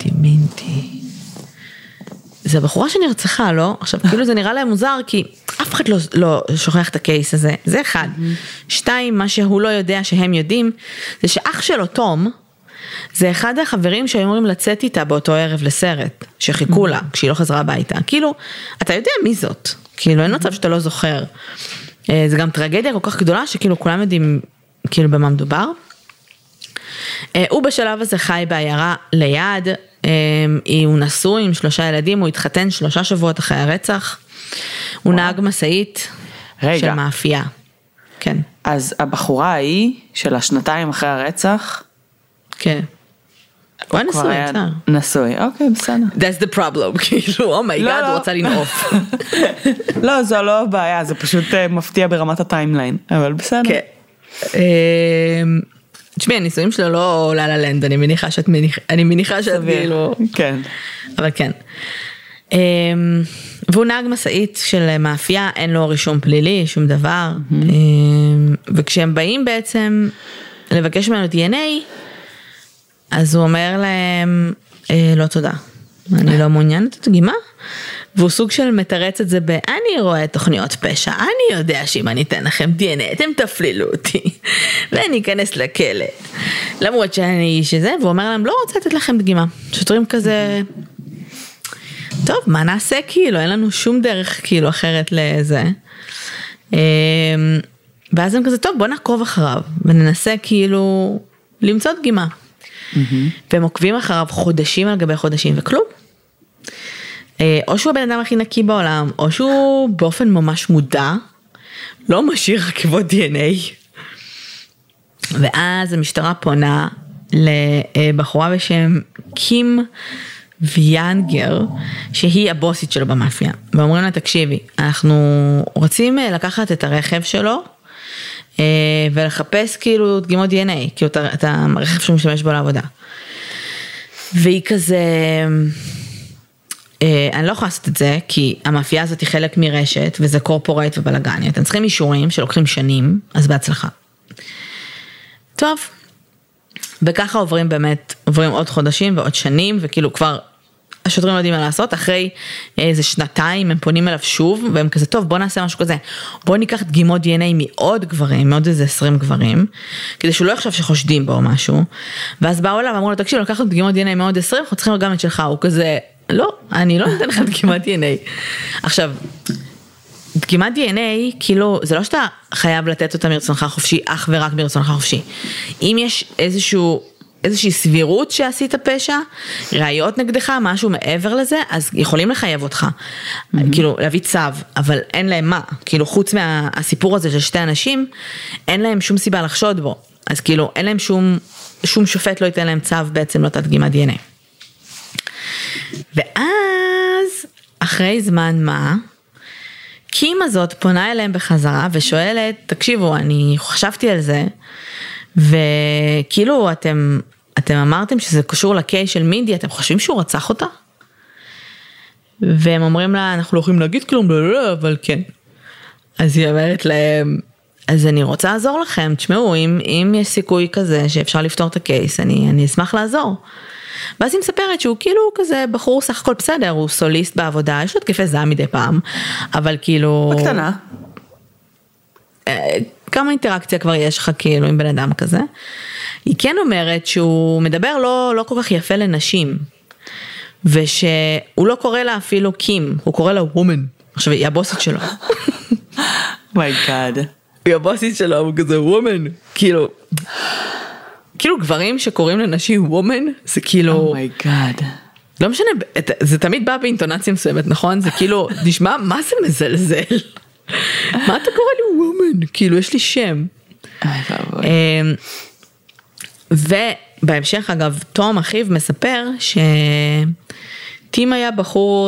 S1: זה הבחורה שנרצחה, לא? עכשיו, כאילו זה נראה להם מוזר, כי אף אחד לא שוכח את הקייס הזה. זה אחד. שתיים, מה שהוא לא יודע שהם יודעים, זה שאח שלו, תום, זה אחד החברים שהיו אמורים לצאת איתה באותו ערב לסרט, שחיכו לה, כשהיא לא חזרה הביתה. כאילו, אתה יודע מי זאת? כאילו, אין מצב שאתה לא זוכר. זה גם טרגדיה כל כך גדולה, שכאילו כולם יודעים, כאילו, במה מדובר. הוא בשלב הזה חי בעיירה ליד, הוא נשוי עם 3 ילדים, הוא התחתן 3 שבועות אחרי הרצח, הוא נהג מסעית של מאפייה. כן.
S2: אז הבחורה ההיא, של 2 אחרי הרצח,
S1: כן. הוא היה נשוי, צער.
S2: נשוי, אוקיי, בסדר.
S1: That's the problem, כאילו, אומייגאד, הוא רוצה לנעוף.
S2: לא, זו לא הבעיה, זה פשוט מפתיע ברמת הטיימליין, אבל בסדר.
S1: כן. תשמעי, הניסויים שלו לא עולה ללנד, אני מניחה שאת כאילו...
S2: כן.
S1: אבל כן. והוא נהג מסעית של מאפייה, אין לו רישום פלילי, שום דבר. וכשהם באים בעצם לבקש ממנו DNA, אז הוא אומר להם, לא תודה, אני לא מעוניין את הדגימה, והוא סוג של מתרץ את זה אני רואה תוכניות פשע, אני יודע שאם אני אתן לכם DNA, אתם תפלילו אותי, ואני אכנס לכלא, למרות שאני איש הזה, והוא אומר להם, לא רוצה לתת לכם דגימה, שוטרים כזה, טוב, מה נעשה כאילו, אין לנו שום דרך כאילו אחרת לזה, ואז הם כזה, טוב, בוא נעקוב אחריו, וננסה כאילו למצוא דגימה, והם עוקבים אחריו חודשים על גבי חודשים וכלום. או שהוא הבן אדם הכי נקי בעולם, או שהוא באופן ממש מודע, לא משאיר רכבות DNA. ואז המשטרה פונה לבחורה בשם קים ויאנגר, שהיא הבוסית שלו במאפיה. ואומרים לה, תקשיבי, אנחנו רוצים לקחת את הרכב שלו, ולחפש כאילו דגימות DNA, כאילו את הרכב שהוא משתמש בו לעבודה. והיא כזה, אני לא יכולה לעשות את זה, כי המאפייה הזאת היא חלק מרשת, וזה קורפורט ובלגני, אתם צריכים אישורים שלוקחים שנים, אז בהצלחה. טוב, וככה עוברים עוד חודשים ועוד שנים, וכאילו כבר השוטרים לא יודעים מה לעשות, אחרי איזה 2 הם פונים אליו שוב, והם כזה, טוב, בוא נעשה משהו כזה, בוא ניקח דגימות DNA מעוד גברים, מעוד איזה 20 גברים, כדי שהוא לא יחשב שחושדים בו או משהו, ואז באו אליו, אמרו לו, תקשיב, לקחת דגימות DNA מעוד 20, אנחנו צריכים גם את שלך, הוא כזה, לא, אני לא נותן לך דגימת DNA. עכשיו, דגימת DNA, כאילו, זה לא שאתה חייב לתת אותה מרצונך חופשי, אך ורק מרצונך חופשי. אם יש איזושהי סבירות שעשית פשע, ראיות נגדך, משהו מעבר לזה, אז יכולים לחייב אותך, כאילו להביא צו, אבל אין להם מה, כאילו חוץ מהסיפור הזה של 2 אנשים, אין להם שום סיבה לחשוד בו, אז כאילו אין להם שום שופט לא ייתן להם צו בעצם לא תדגימת DNA. ואז, אחרי זמן מה, קים הזאת פונה אליהם בחזרה ושואלת, תקשיבו, אני חשבתי על זה, וכאילו אתם אתם אמרתם שזה קשור לקייס של מינדי, אתם חושבים שהוא רצח אותה? והם אומרים לה, אנחנו לא יכולים להגיד כלום, אבל כן. אז היא אומרת להם, אז אני רוצה לעזור לכם, תשמעו, אם יש סיכוי כזה שאפשר לפתור את הקייס, אני אשמח לעזור. ואז היא מספרת שהוא כאילו כזה בחור סך הכל בסדר, הוא סוליסט בעבודה, יש לו תקפי זעם מדי פעם, אבל כאילו...
S2: בקטנה.
S1: כמה אינטראקציה כבר יש לך כאילו עם בן אדם כזה. היא כן אומרת שהוא מדבר לא כל כך יפה לנשים, ושהוא לא קורא לה אפילו קים, הוא קורא לה וומן. עכשיו, היא הבוסית שלו.
S2: מי גאד.
S1: היא הבוסית שלו, הוא כזה וומן. כאילו גברים שקוראים לנשים וומן, זה כאילו...
S2: מי גאד.
S1: לא משנה, זה תמיד בא באינטונציה מסוימת, נכון? זה כאילו, נשמע, מה זה מזלזל? מה אתה קורא לי וומן? כאילו, יש לי שם. ובהמשך, אגב, תום אחיו מספר שטים היה בחור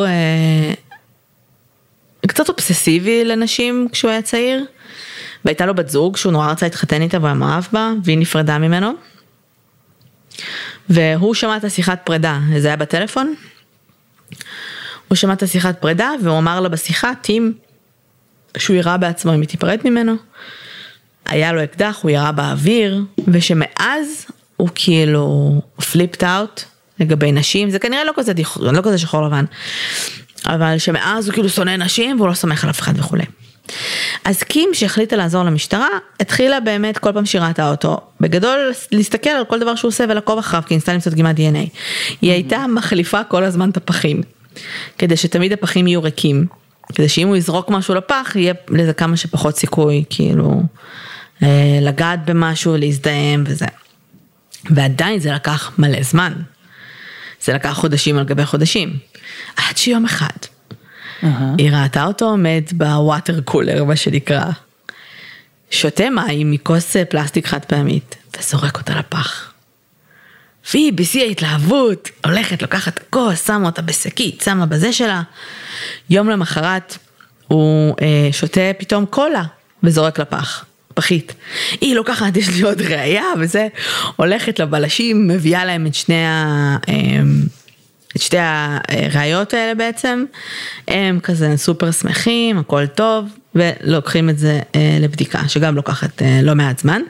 S1: קצת אובססיבי לנשים כשהוא היה צעיר, והייתה לו בת זוג שהוא נורא רצה להתחתן איתה והוא מאהב בה, והיא נפרדה ממנו. והוא שמע את השיחת פרידה, זה היה בטלפון. הוא שמע את השיחת פרידה והוא אמר לה בשיחה, טים, שהוא ירה בעצמו אם היא תיפרד ממנו. היה לו אקדח, הוא ירה באוויר, ושמאז הוא כאילו flipped out לגבי נשים, זה כנראה לא כזה שחור לבן, אבל שמאז הוא כאילו שונא נשים והוא לא סומך על אף אחד וכו'. אז קים שהחליטה לעזור למשטרה, התחילה באמת כל פעם שראתה אותו, בגדול להסתכל על כל דבר שהוא עושה ולעקוב אחריו, כי ניסתה למצוא דגימת DNA. היא הייתה מחליפה כל הזמן את הפחים, כדי שתמיד הפחים יהיו ריקים, כדי שאם הוא יזרוק משהו לפח, יהיה לזה כמה שפחות סיכוי, כאילו, לגעת במשהו, להזדהם וזה. ועדיין זה לקח מלא זמן. זה לקח חודשים על גבי חודשים. עד שיום אחד, היא ראתה אותו עומד בווטר קולר, מה שנקרא, שותה מים מכוס פלסטיק חד פעמית, וזורק אותה לפח. והיא בשיא ההתלהבות, הולכת, לוקחת כוס, שמה אותה בשקית, שמה בזה שלה. יום למחרת, הוא שותה פתאום קולה, וזורק לפח, פחית. היא לוקחת, יש לי עוד ראייה, וזה, הולכת לבלשים, מביאה להם את שתי הראיות האלה בעצם, הם כזה סופר שמחים, הכל טוב, ולוקחים את זה לבדיקה, שגם לוקחת לא מעט זמן.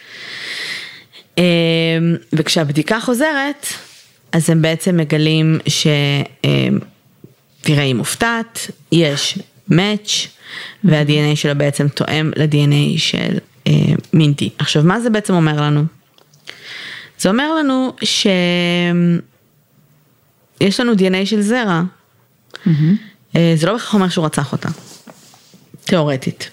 S1: וכשהבדיקה חוזרת, אז הם בעצם מגלים תראה, היא מופתעת, יש match, וה-DNA שלה בעצם תואם ל-DNA של מינדי. עכשיו, מה זה בעצם אומר לנו? זה אומר לנו יש לנו DNA של זרע. זה לא בכך אומר שהוא רצח אותה. תיאורטית.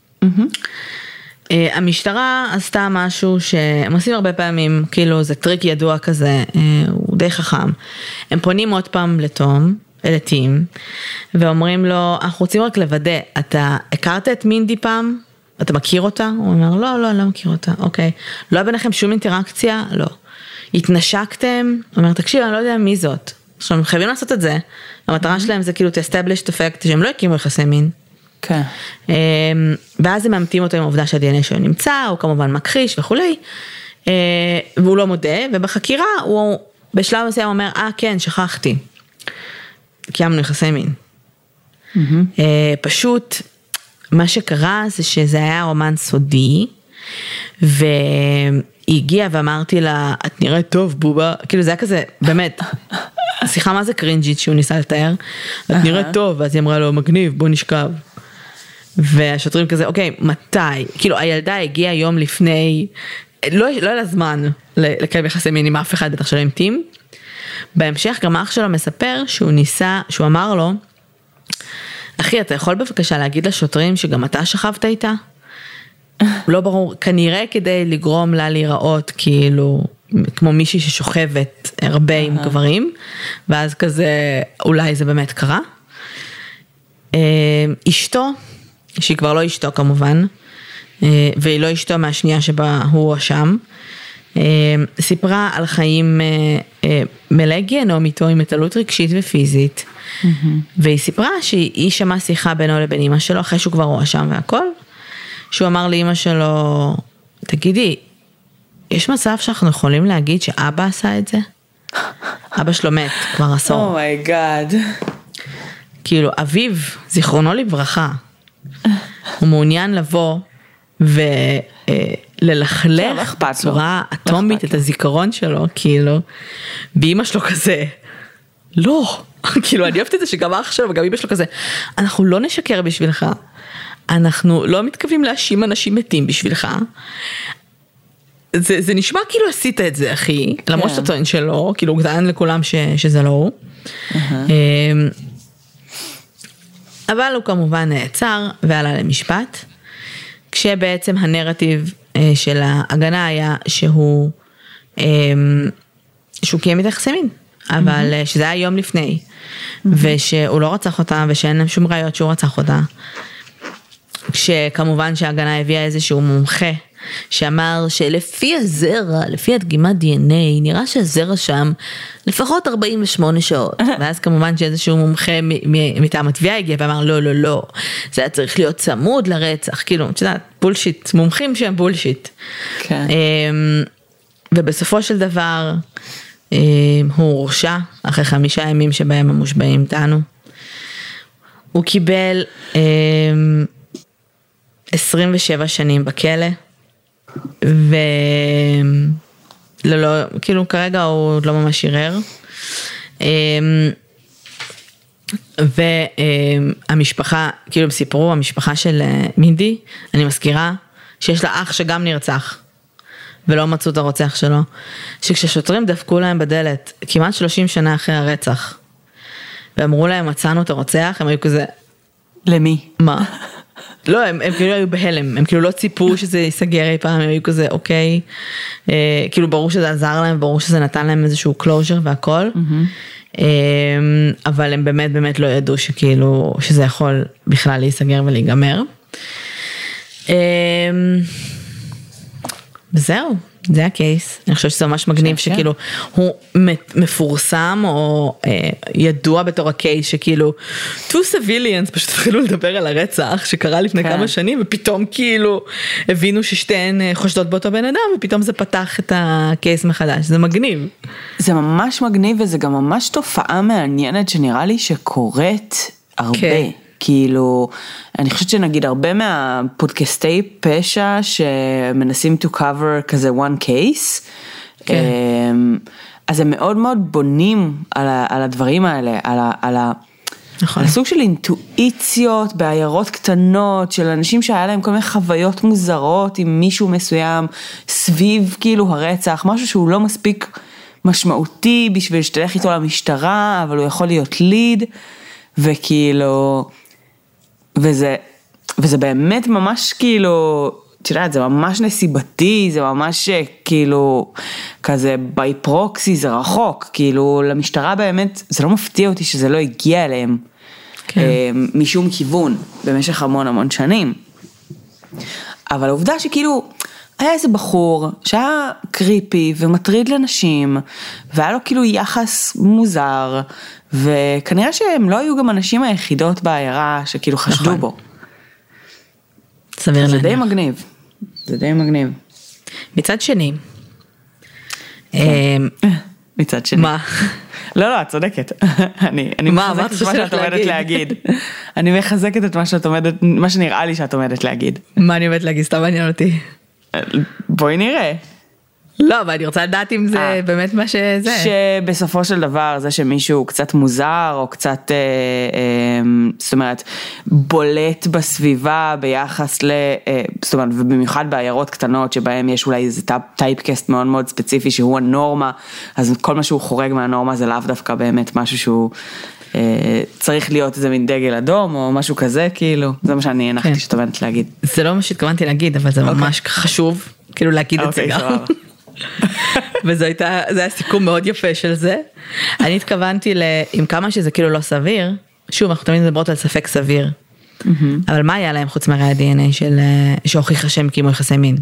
S1: המשטרה עשתה משהו שהם עושים הרבה פעמים, כאילו זה טריק ידוע כזה, הוא די חכם. הם פונים עוד פעם לטים, ואומרים לו, אנחנו רוצים רק לוודא, אתה הכרת את מינדי פעם? אתה מכיר אותה? הוא אומר, לא, אני לא מכיר אותה, אוקיי. לא היה ביניכם שום אינטראקציה? לא. התנשקתם? הוא אומר, תקשיב, אני לא יודע מי זאת. עכשיו, הם חייבים לעשות את זה. המטרה שלהם זה כאילו to establish the fact שהם לא הקימו יחסי מין.
S2: כן.
S1: ואז הם מאמתים אותו עם העובדה שה-DNA שלו נמצא, הוא כמובן מכחיש וכולי, והוא לא מודה, ובחקירה הוא בשלב מסוים אומר, כן, שכחתי. קיימנו יחסי מין. פשוט, מה שקרה זה שזה היה רומן סודי, והיא הגיעה ואמרתי לה, את נראית טוב בובה, כאילו זה היה כזה, באמת, שיחה מה זה קרינג'ית שהוא ניסה לתאר, את נראית טוב, ואז היא אמרה לו, מגניב, בוא נשכב. והשוטרים כזה, אוקיי, מתי? כאילו הילדה הגיעה יום לפני, לא היה לה זמן לקיים יחסי מין עם אף אחד, בטח שלא עם טים. בהמשך גם אח שלו מספר שהוא ניסה, שהוא אמר לו, אחי, אתה יכול בבקשה להגיד לשוטרים שגם אתה שכבת איתה? לא ברור, כנראה כדי לגרום לה להיראות כאילו, כמו מישהי ששוכבת הרבה עם גברים, ואז כזה, אולי זה באמת קרה. אשתו, שהיא כבר לא אשתו כמובן, והיא לא אשתו מהשנייה שבה הוא שם, סיפרה על חיים מלא גיהנום איתו, עם התעלות רגשית ופיזית, והיא סיפרה שהיא שמעה שיחה בינו לבין אמא שלו, אחרי שהוא כבר רואה שם והכל, שהוא אמר לאמא שלו, תגידי, יש מצב שאנחנו יכולים להגיד שאבא עשה את זה? אבא שלו מת כבר עשור.
S2: אומייגאד.
S1: כאילו, אביו, זיכרונו לברכה, הוא מעוניין לבוא וללכלך בצורה אטומית את הזיכרון שלו, כאילו, באמא שלו כזה, לא, כאילו, אני אוהבת את זה שגם אח שלו וגם אמא שלו כזה, אנחנו לא נשקר בשבילך, אנחנו לא מתכוונים להאשים אנשים מתים בשבילך, זה נשמע כאילו עשית את זה, אחי, למרות שאתה טוען שלא, כאילו, הוא טען לכולם שזה לא הוא. אבל הוא כמובן נעצר ועלה למשפט, כשבעצם הנרטיב של ההגנה היה שהוא קיים את יחסי מין, אבל שזה היה יום לפני, ושהוא לא רצח אותה, ושאין להם שום ראיות שהוא רצח אותה, כשכמובן שההגנה הביאה איזשהו מומחה, שאמר שלפי הזרע, לפי הדגימת DNA, נראה שהזרע שם לפחות 48 שעות. ואז כמובן שאיזשהו מומחה מטעם התביעה הגיע ואמר, לא, לא, לא, זה היה צריך להיות צמוד לרצח, כאילו, את יודעת, בולשיט, מומחים שהם בולשיט. כן. ובסופו של דבר, הוא הורשע, אחרי 5 ימים שבהם המושבעים טענו. הוא קיבל 27 שנים בכלא, לא, כאילו כרגע הוא לא ממש ערער. והמשפחה, כאילו סיפרו, המשפחה של מינדי, אני מזכירה, שיש לה אח שגם נרצח, ולא מצאו את הרוצח שלו, שכששוטרים דפקו להם בדלת, כמעט 30 שנה אחרי הרצח, ואמרו להם, מצאנו את הרוצח, הם היו כזה,
S2: למי?
S1: מה? לא, הם כאילו היו בהלם, הם כאילו לא ציפו שזה ייסגר אי פעם, הם היו כזה, אוקיי, כאילו ברור שזה עזר להם, ברור שזה נתן להם איזשהו closure והכל, אבל הם באמת באמת לא ידעו שכאילו, שזה יכול בכלל להיסגר ולהיגמר. וזהו, זה הקייס. אני חושבת שזה ממש מגניב שכאילו הוא מפורסם או ידוע בתור הקייס שכאילו two civilians פשוט התחילו לדבר על הרצח שקרה לפני כמה שנים ופתאום כאילו הבינו ששתיהן חושדות באותו בן אדם ופתאום זה פתח את הקייס מחדש. זה מגניב. זה
S2: ממש מגניב וזה גם ממש תופעה מעניינת שנראה לי שקורית הרבה. כאילו, אני חושבת שנגיד הרבה מהפודקאסטי פשע שמנסים to cover כזה one case, אז הם מאוד מאוד בונים על הדברים האלה, על הסוג של אינטואיציות בעיירות קטנות של אנשים שהיה להם כל מיני חוויות מוזרות עם מישהו מסוים סביב כאילו הרצח, משהו שהוא לא מספיק משמעותי בשביל שתלך איתו למשטרה, אבל הוא יכול להיות ליד, וכאילו... וזה באמת ממש כאילו, תראה, זה ממש נסיבתי, זה ממש כאילו, כזה בי פרוקסי, זה רחוק, כאילו למשטרה באמת, זה לא מפתיע אותי שזה לא הגיע אליהם, משום כיוון, במשך המון המון שנים. אבל העובדה שכאילו, היה איזה בחור שהיה קריפי ומטריד לנשים, והיה לו כאילו יחס מוזר, וכנראה שהם לא היו גם אנשים היחידות בעיירה שכאילו חשדו בו.
S1: סביר להניח.
S2: זה די מגניב. זה די מגניב.
S1: מצד שני.
S2: מצד שני.
S1: מה?
S2: לא, את צודקת. אני מחזקת את מה שאת עומדת להגיד. אני מחזקת את מה שנראה לי שאת עומדת להגיד.
S1: מה אני עומדת להגיד? סתם מעניין אותי.
S2: בואי נראה.
S1: לא, אבל אני רוצה לדעת אם זה באמת מה שזה.
S2: שבסופו של דבר זה שמישהו קצת מוזר או קצת, זאת אומרת, בולט בסביבה ביחס זאת אומרת, ובמיוחד בעיירות קטנות שבהם יש אולי איזה טייפקסט מאוד מאוד ספציפי שהוא הנורמה, אז כל מה שהוא חורג מהנורמה זה לאו דווקא באמת משהו שהוא צריך להיות איזה מין דגל אדום או משהו כזה, כאילו, זה מה שאני הנחתי שאת עומדת להגיד.
S1: זה לא מה שהתכוונתי להגיד, אבל זה ממש חשוב, כאילו להגיד את זה גם. וזה היה סיכום מאוד יפה של זה. אני התכוונתי עם כמה שזה כאילו לא סביר, שוב אנחנו תמיד מדברות על ספק סביר, אבל מה היה להם חוץ מהראי ה-DNA שהוכיח שהם קיימו יחסי מין?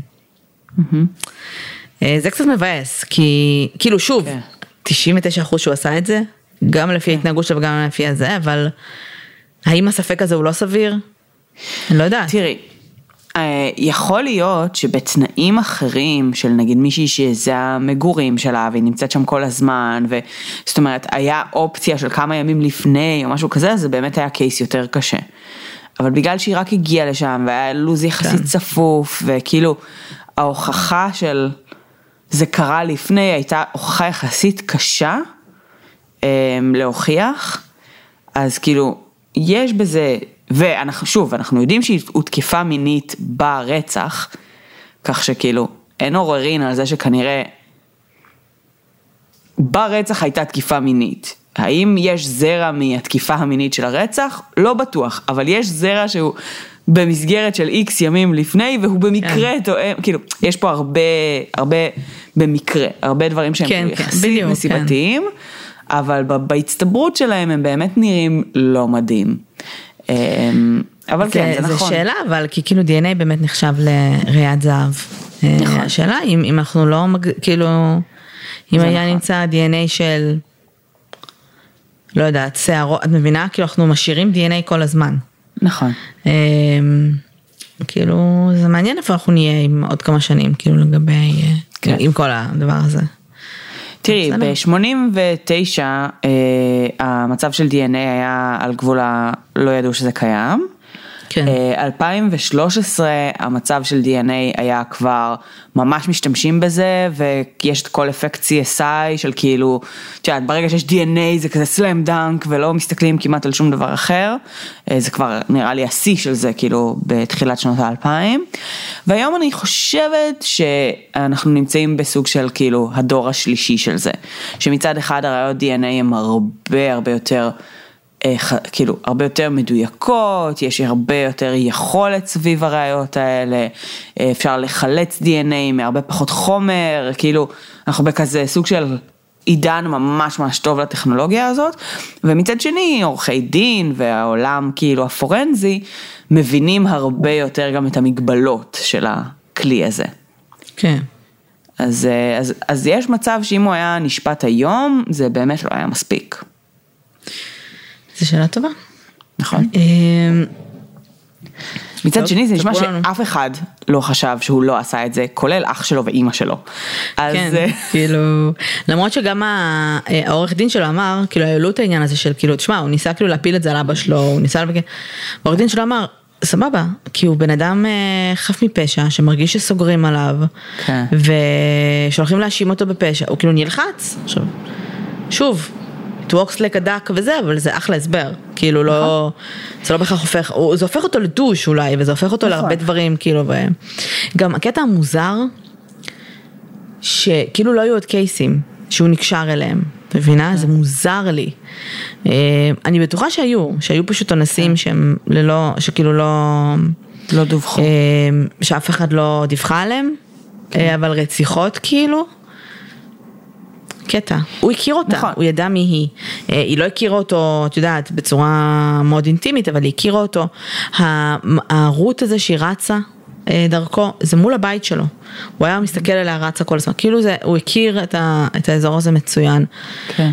S1: זה קצת מבאס, כי כאילו שוב 99% שהוא עשה את זה, גם לפי ההתנהגות שלו וגם לפי הזה, אבל האם הספק הזה הוא לא סביר? אני לא יודעת.
S2: תראי, יכול להיות שבתנאים אחרים של נגיד מישהי שזה המגורים שלה והיא נמצאת שם כל הזמן זאת אומרת היה אופציה של כמה ימים לפני או משהו כזה, זה באמת היה קייס יותר קשה. אבל בגלל שהיא רק הגיעה לשם והיה לוז יחסית צפוף וכאילו ההוכחה של זה קרה לפני הייתה הוכחה יחסית קשה להוכיח, אז כאילו יש בזה, ואנחנו יודעים שהיא הותקפה מינית ברצח, כך שכאילו אין עוררין על זה שכנראה ברצח הייתה תקיפה מינית. האם יש זרע מהתקיפה המינית של הרצח? לא בטוח, אבל יש זרע שהוא במסגרת של X ימים לפני, והוא במקרה תואם, כאילו, יש פה הרבה במקרה, הרבה דברים שהם יחסית נסיבתיים, אבל בהצטברות שלהם הם באמת נראים לא מדהים. אבל כן, זה נכון.
S1: זה שאלה, אבל כי כאילו DNA באמת נחשב לראיית זהב. השאלה, אם אנחנו לא, כאילו, אם היה נמצא DNA של, לא יודעת, שערות, את מבינה? כאילו אנחנו משאירים DNA כל הזמן.
S2: נכון.
S1: כאילו, זה מעניין איפה אנחנו נהיה עם עוד כמה שנים, כאילו לגבי, עם כל הדבר הזה.
S2: תראי, ב-89 המצב של DNA היה על גבול לא ידעו שזה קיים. 2013 המצב של DNA היה כבר ממש משתמשים בזה, ויש את כל אפקט CSI של כאילו, תשעת, ברגע שיש DNA זה כזה סלאם דנק, ולא מסתכלים כמעט על שום דבר אחר, זה כבר נראה לי השיא של זה כאילו בתחילת שנות ה-2000, והיום אני חושבת שאנחנו נמצאים בסוג של כאילו הדור השלישי של זה, שמצד אחד הראיות DNA הם הרבה יותר כאילו הרבה יותר מדויקות, יש הרבה יותר יכולת סביב הראיות האלה, אפשר לחלץ DNA מהרבה פחות חומר, כאילו אנחנו בכזה סוג של עידן ממש טוב לטכנולוגיה הזאת, ומצד שני עורכי דין והעולם כאילו הפורנזי מבינים הרבה יותר גם את המגבלות של הכלי הזה.
S1: כן.
S2: אז יש מצב שאם הוא היה נשפט היום, זה באמת לא היה מספיק.
S1: זו שאלה טובה.
S2: נכון. מצד שני זה נשמע שאף אחד לא חשב שהוא לא עשה את זה, כולל אח שלו ואימא שלו.
S1: כן, כאילו, למרות שגם העורך דין שלו אמר, כאילו העלו את העניין הזה של, כאילו, תשמע, הוא ניסה כאילו להפיל את זה על אבא שלו, הוא ניסה לבקר, העורך דין שלו אמר, סבבה, כי הוא בן אדם חף מפשע, שמרגיש שסוגרים עליו, ושהולכים להאשים אותו בפשע, הוא כאילו נלחץ, עכשיו, שוב, it walks like a duck וזה, אבל זה אחלה הסבר, כאילו לא, זה לא בכך הופך, זה הופך אותו לדוש אולי, וזה הופך אותו להרבה דברים, כאילו, גם הקטע המוזר, שכאילו לא היו עוד קייסים, שהוא נקשר אליהם, מבינה? זה מוזר לי. אני בטוחה שהיו פשוט אנסים שהם ללא, שכאילו
S2: לא דווחו.
S1: שאף אחד לא דיווחה עליהם, אבל רציחות כאילו, קטע. הוא הכיר אותה, נכון. הוא ידע מי היא. היא לא הכירה אותו, את יודעת, בצורה מאוד אינטימית, אבל היא הכירה אותו. הרות הזה שהיא רצה דרכו, זה מול הבית שלו. הוא היה מסתכל עליה רצה כל הזמן. כאילו זה, הוא הכיר את האזור הזה מצוין.
S2: כן.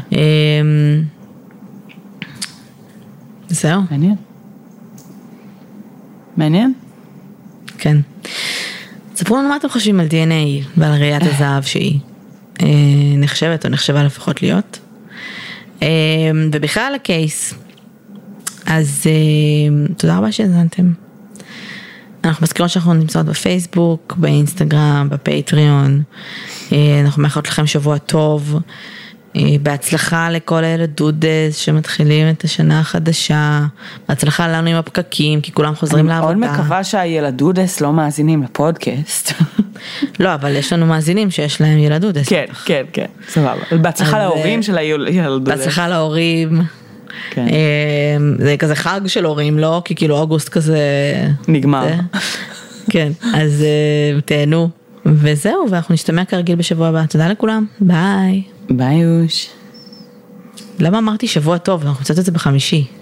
S1: זהו.
S2: מעניין?
S1: כן. ספרו לנו מה אתם חושבים על DNA ועל ראיית הזהב שהיא נחשבת או נחשבה לפחות להיות. ובכלל הקייס. אז תודה רבה שהזנתם. אנחנו מזכירות שאנחנו נמצאות בפייסבוק, באינסטגרם, בפטריון. אנחנו מאחלות לכם שבוע טוב. בהצלחה לכל אלה דודס שמתחילים את השנה החדשה. בהצלחה לנו עם הפקקים, כי כולם חוזרים לעבודה.
S2: אני מאוד מקווה שהילדודס לא מאזינים לפודקאסט.
S1: לא, אבל יש לנו מאזינים שיש להם ילדודס.
S2: כן, כן, כן, סבבה. בהצלחה להורים של הילדודס.
S1: בהצלחה להורים. זה כזה חג של הורים, לא? כי כאילו אוגוסט כזה
S2: נגמר.
S1: כן, אז תהנו. וזהו, ואנחנו נשתמע כרגיל בשבוע הבא. תודה לכולם, ביי.
S2: ביי יוש.
S1: למה אמרתי שבוע טוב? אנחנו נצטט את זה בחמישי.